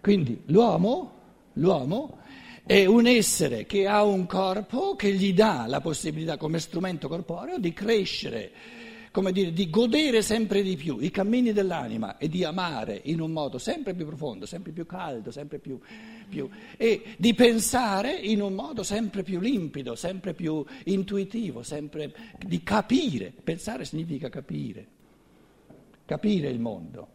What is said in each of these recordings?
Quindi l'uomo è un essere che ha un corpo che gli dà la possibilità come strumento corporeo di crescere, come dire, di godere sempre di più i cammini dell'anima e di amare in un modo sempre più profondo, sempre più caldo, sempre più e di pensare in un modo sempre più limpido, sempre più intuitivo, sempre di capire. Pensare significa capire il mondo.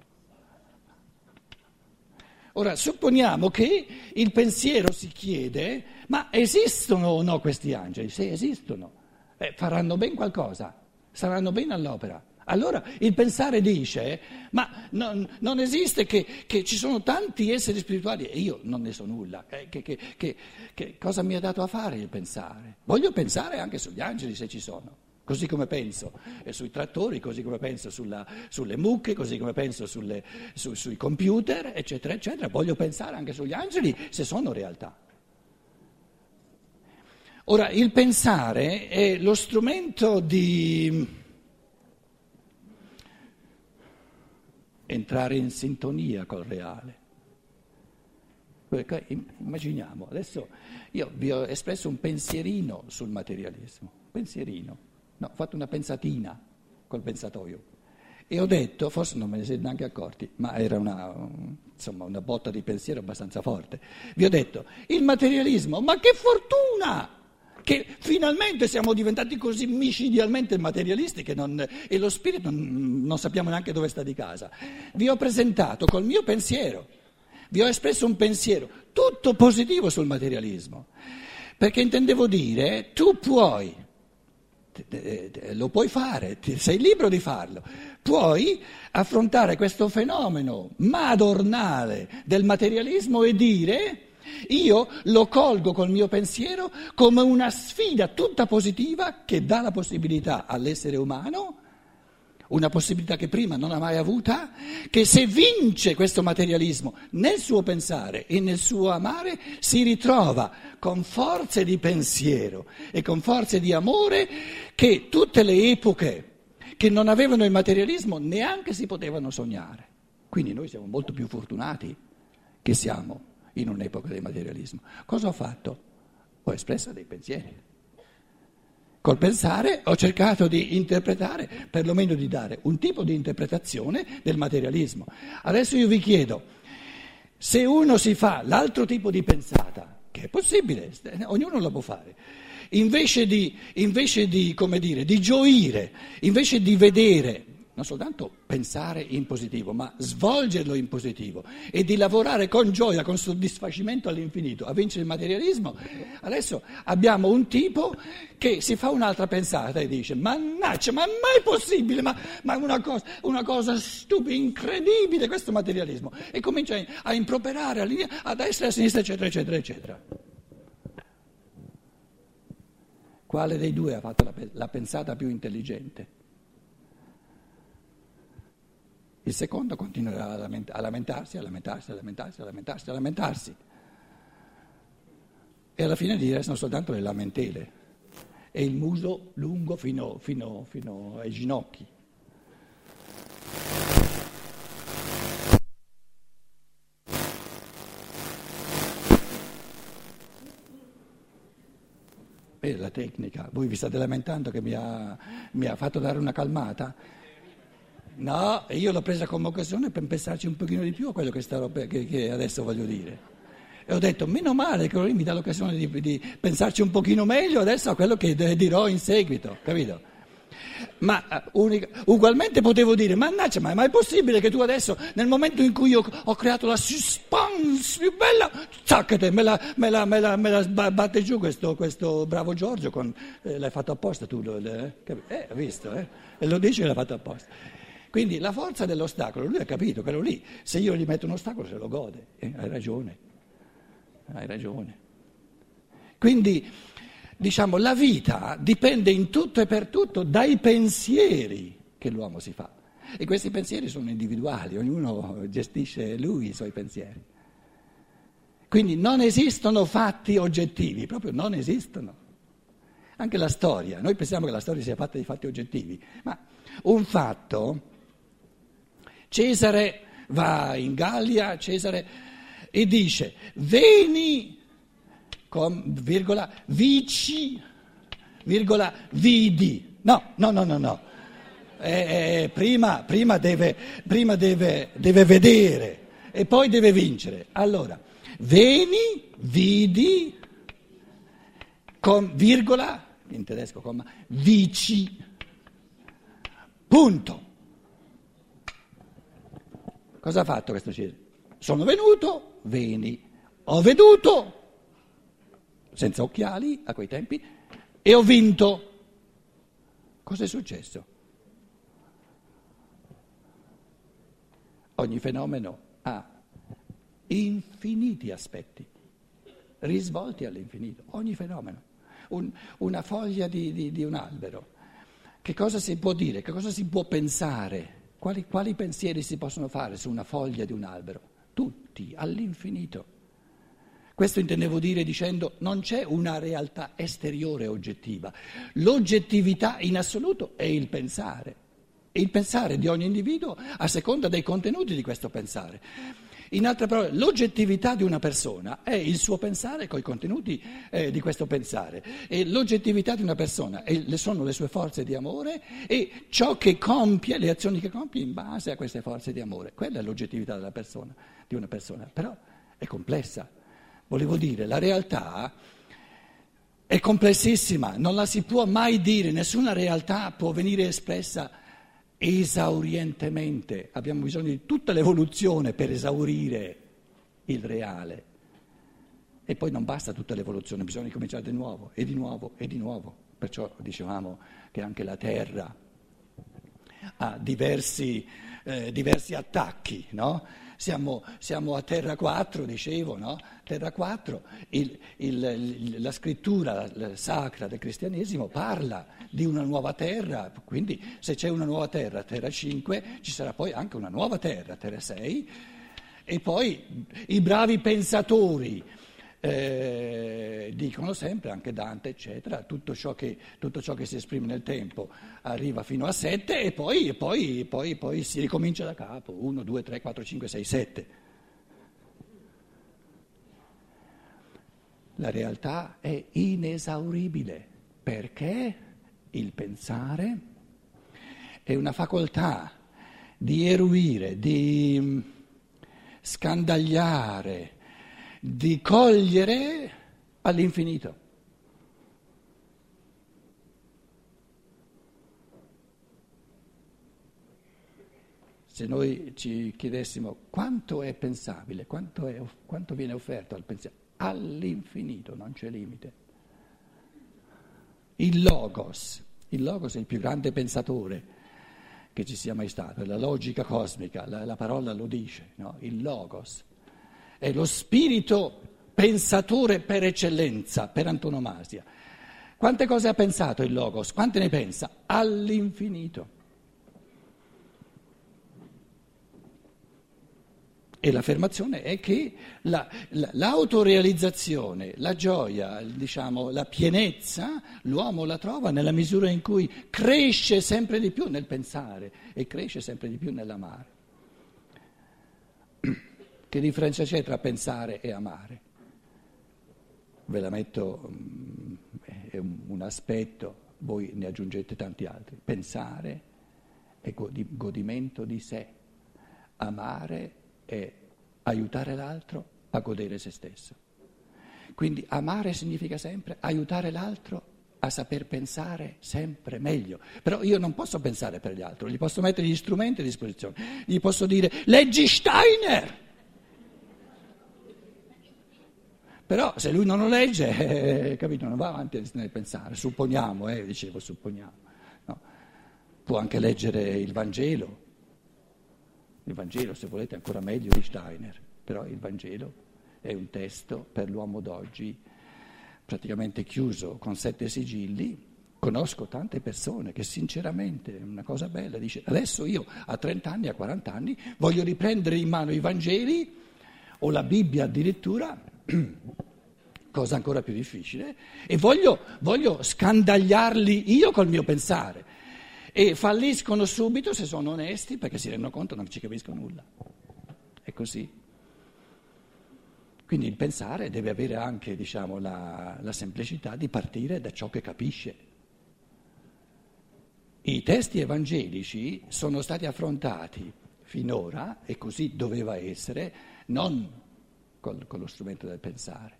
Ora, supponiamo che il pensiero si chiede, ma esistono o no questi angeli? Se esistono, faranno ben qualcosa, saranno ben all'opera. Allora il pensare dice, ma non esiste che ci sono tanti esseri spirituali e io non ne so nulla. Che cosa mi ha dato a fare il pensare? Voglio pensare anche sugli angeli se ci sono. Così come penso sui trattori, così come penso sulle mucche, così come penso sui computer, eccetera, eccetera. Voglio pensare anche sugli angeli se sono realtà. Ora, il pensare è lo strumento di entrare in sintonia col reale. Immaginiamo, adesso io vi ho espresso un pensierino sul materialismo, pensierino. No, ho fatto una pensatina col pensatoio e ho detto, forse non me ne siete neanche accorti, ma era una botta di pensiero abbastanza forte. Vi ho detto, il materialismo, ma che fortuna che finalmente siamo diventati così micidialmente materialisti e lo spirito non sappiamo neanche dove sta di casa. Vi ho presentato col mio pensiero, vi ho espresso un pensiero tutto positivo sul materialismo, perché intendevo dire, tu puoi... lo puoi fare, sei libero di farlo, puoi affrontare questo fenomeno madornale del materialismo e dire io lo colgo col mio pensiero come una sfida tutta positiva che dà la possibilità all'essere umano, una possibilità che prima non ha mai avuta, che se vince questo materialismo nel suo pensare e nel suo amare si ritrova con forze di pensiero e con forze di amore che tutte le epoche che non avevano il materialismo neanche si potevano sognare. Quindi noi siamo molto più fortunati che siamo in un'epoca del materialismo. Cosa ho fatto? Ho espresso dei pensieri. Col pensare ho cercato di interpretare, perlomeno di dare un tipo di interpretazione del materialismo. Adesso io vi chiedo, se uno si fa l'altro tipo di pensata, che è possibile, ognuno lo può fare, invece di, come dire, di gioire, invece di vedere, non soltanto pensare in positivo, ma svolgerlo in positivo e di lavorare con gioia, con soddisfacimento all'infinito a vincere il materialismo, adesso abbiamo un tipo che si fa un'altra pensata e dice mannaggia, ma è mai possibile, ma è una cosa stupida, incredibile questo materialismo, e comincia a improperare a destra e a sinistra, eccetera, eccetera, eccetera. Quale dei due ha fatto la pensata più intelligente? Il secondo continuerà a lamentarsi e alla fine gli restano soltanto le lamentele e il muso lungo fino ai ginocchi. E la tecnica, voi vi state lamentando che mi ha fatto dare una calmata? No, io l'ho presa come occasione per pensarci un pochino di più a quello che adesso voglio dire. E ho detto, meno male che lui mi dà l'occasione di pensarci un pochino meglio adesso a quello che dirò in seguito, capito? Ma ugualmente potevo dire, mannaggia, ma è mai possibile che tu adesso, nel momento in cui io ho creato la suspense più bella, zaccate, me la batte giù questo bravo Giorgio, l'hai fatto apposta tu, hai visto, E lo dici che l'ha fatto apposta. Quindi la forza dell'ostacolo, lui ha capito, quello lì, se io gli metto un ostacolo se lo gode, hai ragione. Quindi, diciamo, la vita dipende in tutto e per tutto dai pensieri che l'uomo si fa. E questi pensieri sono individuali, ognuno gestisce lui i suoi pensieri. Quindi non esistono fatti oggettivi, proprio non esistono. Anche la storia, noi pensiamo che la storia sia fatta di fatti oggettivi, ma un fatto... Cesare va in Gallia, Cesare e dice vieni, virgola, vici, virgola, vidi. No. Prima deve vedere e poi deve vincere. Allora, veni, vidi, virgola, in tedesco comma, vici, punto. Cosa ha fatto questo Cesare? Sono venuto, veni, ho veduto, senza occhiali a quei tempi, e ho vinto. Cosa è successo? Ogni fenomeno ha infiniti aspetti, risvolti all'infinito, ogni fenomeno. Una foglia di un albero, che cosa si può dire, che cosa si può pensare, quali pensieri si possono fare su una foglia di un albero? Tutti, all'infinito. Questo intendevo dire dicendo non c'è una realtà esteriore oggettiva, l'oggettività in assoluto è il pensare. E il pensare di ogni individuo a seconda dei contenuti di questo pensare. In altre parole, l'oggettività di una persona è il suo pensare con i contenuti di questo pensare. E l'oggettività di una persona sono le sue forze di amore e ciò che compie, le azioni che compie in base a queste forze di amore. Quella è l'oggettività di una persona, però è complessa. Volevo dire, la realtà è complessissima, non la si può mai dire, nessuna realtà può venire espressa esaurientemente. Abbiamo bisogno di tutta l'evoluzione per esaurire il reale. E poi non basta tutta l'evoluzione, bisogna ricominciare di nuovo e di nuovo e di nuovo. Perciò dicevamo che anche la Terra ha diversi attacchi, no? Siamo a Terra 4, dicevo, no? Terra 4, la scrittura sacra del cristianesimo parla di una nuova terra, quindi se c'è una nuova terra, Terra 5, ci sarà poi anche una nuova terra, Terra 6, e poi i bravi pensatori dicono sempre, anche Dante eccetera, tutto ciò che si esprime nel tempo arriva fino a 7 e poi si ricomincia da capo, 1, 2, 3, 4, 5, 6, 7. La realtà è inesauribile perché il pensare è una facoltà di eruire, di scandagliare, di cogliere all'infinito. Se noi ci chiedessimo quanto è pensabile, quanto viene offerto al pensiero, all'infinito, non c'è limite. Il Logos è il più grande pensatore che ci sia mai stato, è la logica cosmica, la parola lo dice, no? Il Logos è lo spirito pensatore per eccellenza, per antonomasia. Quante cose ha pensato il Logos? Quante ne pensa? All'infinito. E l'affermazione è che l'autorealizzazione, la gioia, diciamo, la pienezza, l'uomo la trova nella misura in cui cresce sempre di più nel pensare e cresce sempre di più nell'amare. Che differenza c'è tra pensare e amare? Ve la metto, è un aspetto, voi ne aggiungete tanti altri. Pensare è godimento di sé, amare è aiutare l'altro a godere se stesso. Quindi amare significa sempre aiutare l'altro a saper pensare sempre meglio. Però io non posso pensare per gli altri, gli posso mettere gli strumenti a disposizione, gli posso dire leggi Steiner. Però se lui non lo legge, capito, non va avanti nel pensare, supponiamo, supponiamo. No. Può anche leggere il Vangelo. Il Vangelo, se volete, è ancora meglio di Steiner, però il Vangelo è un testo per l'uomo d'oggi praticamente chiuso con 7 sigilli. Conosco tante persone che sinceramente, è una cosa bella, dice adesso io a 30 anni, a 40 anni, voglio riprendere in mano i Vangeli o la Bibbia addirittura, cosa ancora più difficile, e voglio scandagliarli io col mio pensare. E falliscono subito se sono onesti perché si rendono conto che non ci capisco nulla. È così. Quindi il pensare deve avere anche, diciamo, la semplicità di partire da ciò che capisce. I testi evangelici sono stati affrontati finora, e così doveva essere, non con lo strumento del pensare,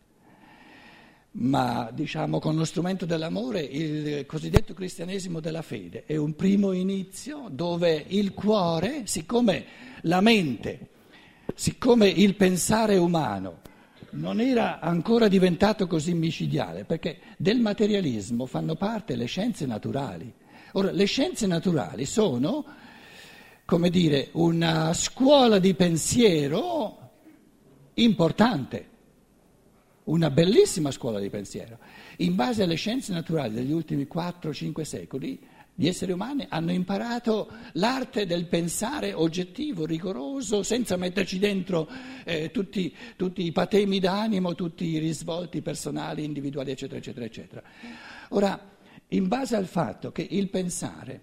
ma diciamo con lo strumento dell'amore. Il cosiddetto cristianesimo della fede è un primo inizio dove il cuore, siccome la mente, siccome il pensare umano non era ancora diventato così micidiale, perché del materialismo fanno parte le scienze naturali. Ora, le scienze naturali sono, come dire, una scuola di pensiero importante, una bellissima scuola di pensiero. In base alle scienze naturali degli ultimi 4-5 secoli, gli esseri umani hanno imparato l'arte del pensare oggettivo, rigoroso, senza metterci dentro tutti i patemi d'animo, tutti i risvolti personali, individuali, eccetera, eccetera, eccetera. Ora, in base al fatto che il pensare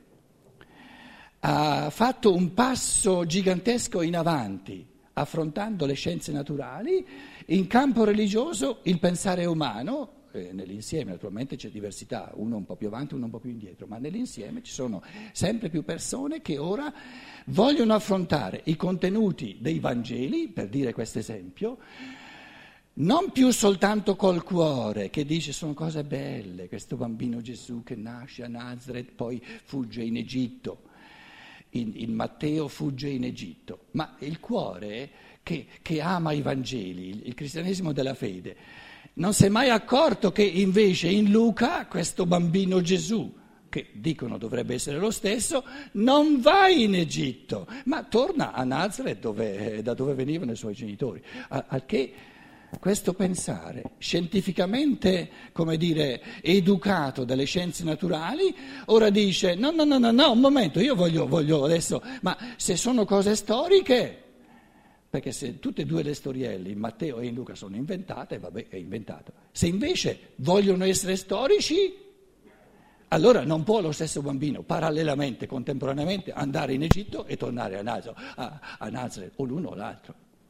ha fatto un passo gigantesco in avanti, affrontando le scienze naturali, in campo religioso il pensare umano, nell'insieme naturalmente c'è diversità, uno un po' più avanti, uno un po' più indietro, ma nell'insieme ci sono sempre più persone che ora vogliono affrontare i contenuti dei Vangeli, per dire questo esempio, non più soltanto col cuore, che dice sono cose belle, questo bambino Gesù che nasce a Nazareth, poi fugge in Egitto, in Matteo fugge in Egitto, ma il cuore che ama i Vangeli, il cristianesimo della fede, non si è mai accorto che invece in Luca questo bambino Gesù, che dicono dovrebbe essere lo stesso, non va in Egitto, ma torna a Nazareth da dove venivano i suoi genitori, al che questo pensare scientificamente, come dire, educato dalle scienze naturali, ora dice no, un momento, io voglio adesso, ma se sono cose storiche, perché se tutte e due le storielle in Matteo e in Luca sono inventate, vabbè, è inventato. Se invece vogliono essere storici, allora non può lo stesso bambino parallelamente, contemporaneamente, andare in Egitto e tornare a Nazareth, o l'uno o l'altro.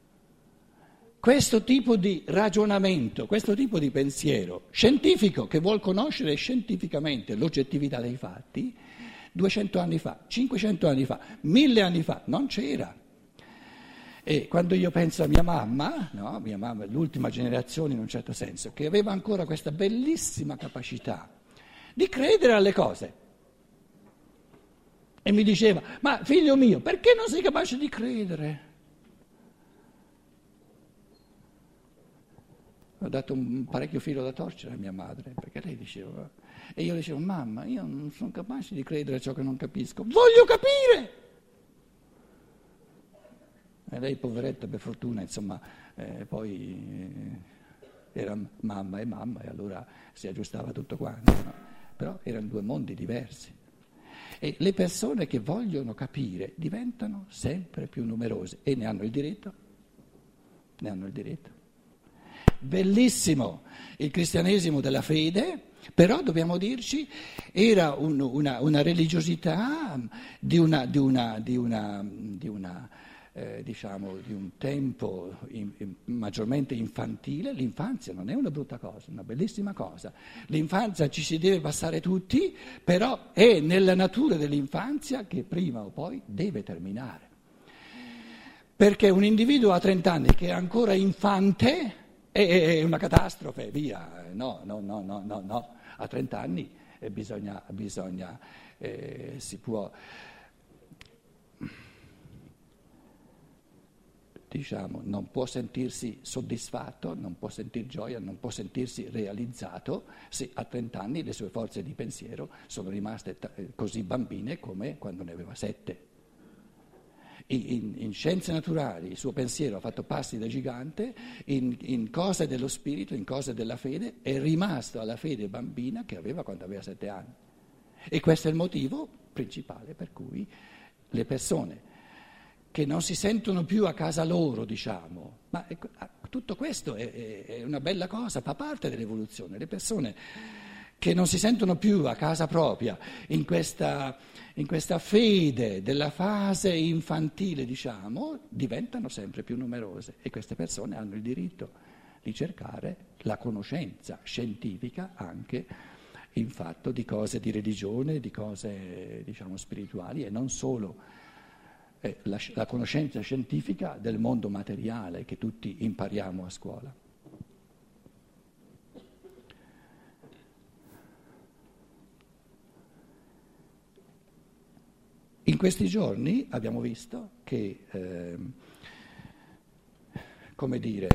Questo tipo di ragionamento, questo tipo di pensiero scientifico che vuol conoscere scientificamente l'oggettività dei fatti, 200 anni fa, 500 anni fa, 1000 anni fa non c'era. E quando io penso a mia mamma, no? Mia mamma è l'ultima generazione in un certo senso, che aveva ancora questa bellissima capacità di credere alle cose. E mi diceva, ma figlio mio, perché non sei capace di credere? Ho dato un parecchio filo da torcere a mia madre, perché lei diceva, e io dicevo, mamma, io non sono capace di credere a ciò che non capisco, voglio capire! E lei, poveretta, per fortuna, insomma, poi era mamma e allora si aggiustava tutto quanto, no? Però erano due mondi diversi. E le persone che vogliono capire diventano sempre più numerose e ne hanno il diritto. Ne hanno il diritto. Bellissimo il cristianesimo della fede, però dobbiamo dirci era una religiosità di un tempo maggiormente infantile. L'infanzia non è una brutta cosa, è una bellissima cosa. L'infanzia ci si deve passare tutti, però è nella natura dell'infanzia che prima o poi deve terminare. Perché un individuo a 30 anni che è ancora infante è una catastrofe, via. No, a 30 anni bisogna si può... Diciamo, non può sentirsi soddisfatto, non può sentir gioia, non può sentirsi realizzato se a 30 anni le sue forze di pensiero sono rimaste così bambine come quando ne aveva 7. In scienze naturali il suo pensiero ha fatto passi da gigante, in cose dello spirito, in cose della fede, è rimasto alla fede bambina che aveva quando aveva 7 anni. E questo è il motivo principale per cui le persone che non si sentono più a casa loro, diciamo, ma tutto questo è una bella cosa, fa parte dell'evoluzione. Le persone che non si sentono più a casa propria in questa fede della fase infantile, diciamo, diventano sempre più numerose e queste persone hanno il diritto di cercare la conoscenza scientifica anche in fatto di cose di religione, di cose diciamo spirituali e non solo la conoscenza scientifica del mondo materiale che tutti impariamo a scuola. In questi giorni abbiamo visto che, come dire,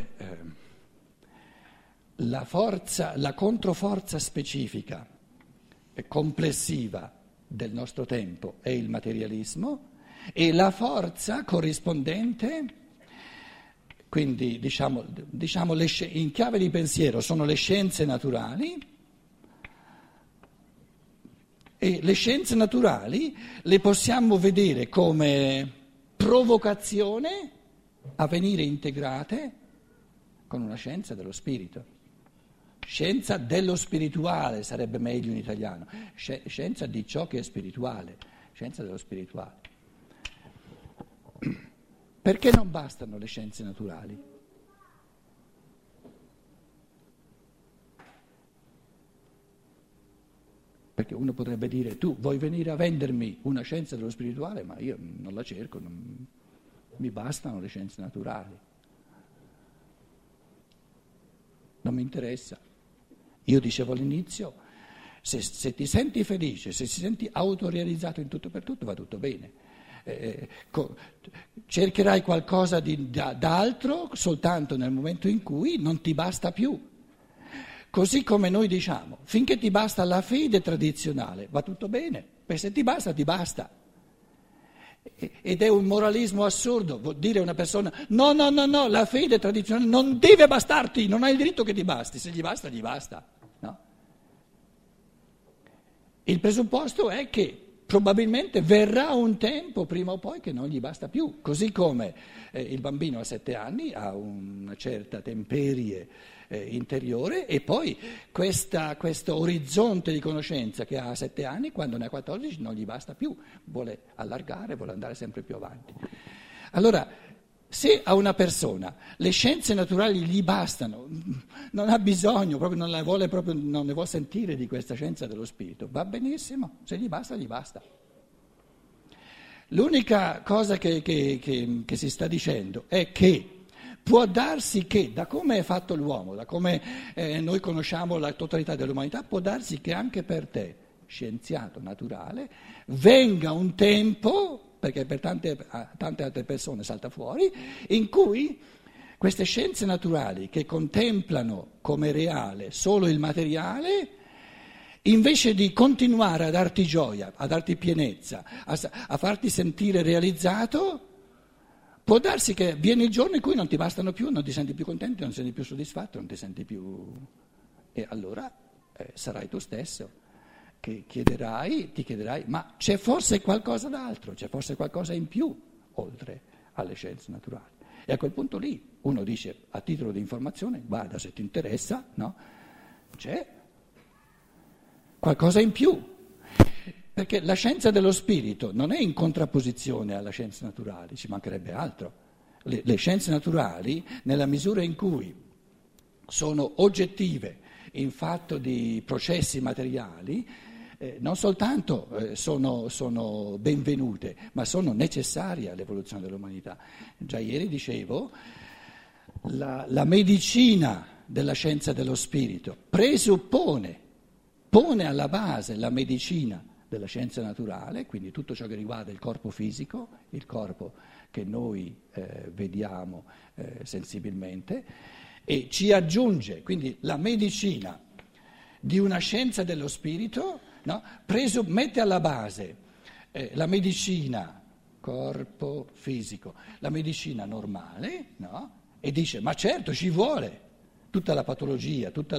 la controforza specifica e complessiva del nostro tempo è il materialismo e la forza corrispondente, quindi diciamo in chiave di pensiero, sono le scienze naturali. E le scienze naturali le possiamo vedere come provocazione a venire integrate con una scienza dello spirito. Scienza dello spirituale sarebbe meglio in italiano, scienza di ciò che è spirituale, scienza dello spirituale. Perché non bastano le scienze naturali? Perché uno potrebbe dire, tu vuoi venire a vendermi una scienza dello spirituale, ma io non la cerco, mi bastano le scienze naturali. Non mi interessa. Io dicevo all'inizio, se ti senti felice, se ti senti autorealizzato in tutto e per tutto, va tutto bene. Cercherai qualcosa d'altro soltanto nel momento in cui non ti basta più. Così come noi diciamo, finché ti basta la fede tradizionale, va tutto bene, perché se ti basta, ti basta. Ed è un moralismo assurdo, vuol dire a una persona, no, la fede tradizionale non deve bastarti, non hai il diritto che ti basti, se gli basta, gli basta. No? Il presupposto è che probabilmente verrà un tempo, prima o poi, che non gli basta più, così come il bambino a 7 anni ha una certa temperie interiore e poi questo orizzonte di conoscenza che ha a 7 anni, quando ne ha 14 non gli basta più, vuole allargare, vuole andare sempre più avanti. Allora, se a una persona le scienze naturali gli bastano, non ha bisogno, proprio non ne vuole sentire di questa scienza dello spirito, va benissimo, se gli basta, gli basta. L'unica cosa che si sta dicendo è che può darsi che, da come è fatto l'uomo, da come noi conosciamo la totalità dell'umanità, può darsi che anche per te, scienziato naturale, venga un tempo, perché per tante altre persone salta fuori, in cui queste scienze naturali che contemplano come reale solo il materiale, invece di continuare a darti gioia, a darti pienezza, a farti sentire realizzato, può darsi che viene il giorno in cui non ti bastano più, non ti senti più contento, non ti senti più soddisfatto, non ti senti più... E allora sarai tu stesso che ti chiederai, ma c'è forse qualcosa d'altro, c'è forse qualcosa in più, oltre alle scienze naturali. E a quel punto lì uno dice, a titolo di informazione, guarda, se ti interessa, no? C'è qualcosa in più. Perché la scienza dello spirito non è in contrapposizione alle scienze naturali, ci mancherebbe altro. Le scienze naturali, nella misura in cui sono oggettive in fatto di processi materiali, non soltanto sono benvenute, ma sono necessarie all'evoluzione dell'umanità. Già ieri dicevo, la medicina della scienza dello spirito pone alla base la medicina della scienza naturale, quindi tutto ciò che riguarda il corpo fisico, il corpo che noi vediamo sensibilmente, e ci aggiunge quindi la medicina di una scienza dello spirito, no? Mette alla base la medicina corpo fisico, la medicina normale, no? E dice, ma certo ci vuole tutta la patologia, tutta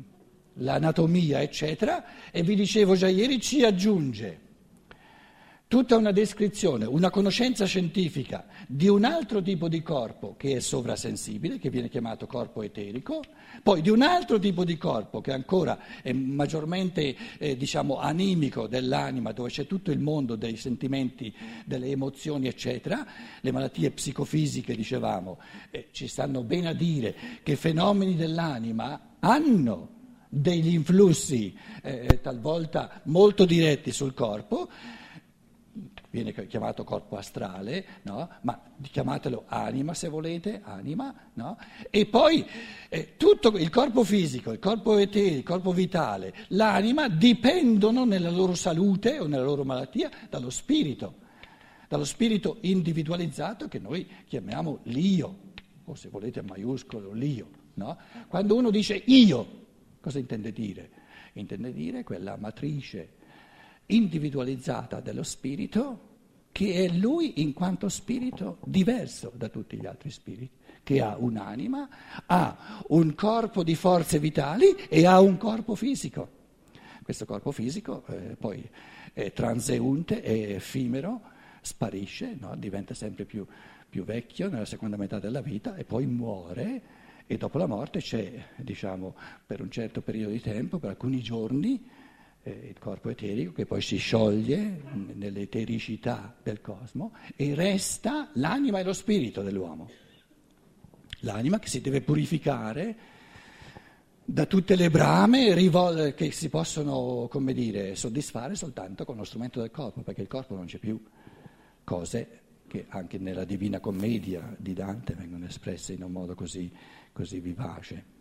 l'anatomia, eccetera, e vi dicevo già ieri, ci aggiunge tutta una descrizione, una conoscenza scientifica di un altro tipo di corpo che è sovrasensibile, che viene chiamato corpo eterico, poi di un altro tipo di corpo che ancora è maggiormente animico dell'anima, dove c'è tutto il mondo dei sentimenti, delle emozioni, eccetera. Le malattie psicofisiche, dicevamo, ci stanno bene a dire che fenomeni dell'anima hanno degli influssi talvolta molto diretti sul corpo. Viene chiamato corpo astrale, no? Ma chiamatelo anima se volete, anima, no? E poi tutto il corpo fisico, il corpo eterico, il corpo vitale, l'anima dipendono nella loro salute o nella loro malattia dallo spirito individualizzato che noi chiamiamo l'io, o se volete a maiuscolo l'io, no? Quando uno dice io, cosa intende dire? Intende dire quella matrice individualizzata dello spirito, che è lui in quanto spirito diverso da tutti gli altri spiriti, che ha un'anima, ha un corpo di forze vitali e ha un corpo fisico. Questo corpo fisico poi è transeunte, è effimero, sparisce, no? Diventa sempre più vecchio nella seconda metà della vita e poi muore, e dopo la morte c'è, per un certo periodo di tempo, per alcuni giorni, il corpo eterico che poi si scioglie nell'etericità del cosmo e resta l'anima e lo spirito dell'uomo. L'anima che si deve purificare da tutte le brame che si possono, soddisfare soltanto con lo strumento del corpo, perché il corpo non c'è più. Cose che anche nella Divina Commedia di Dante vengono espresse in un modo così vivace.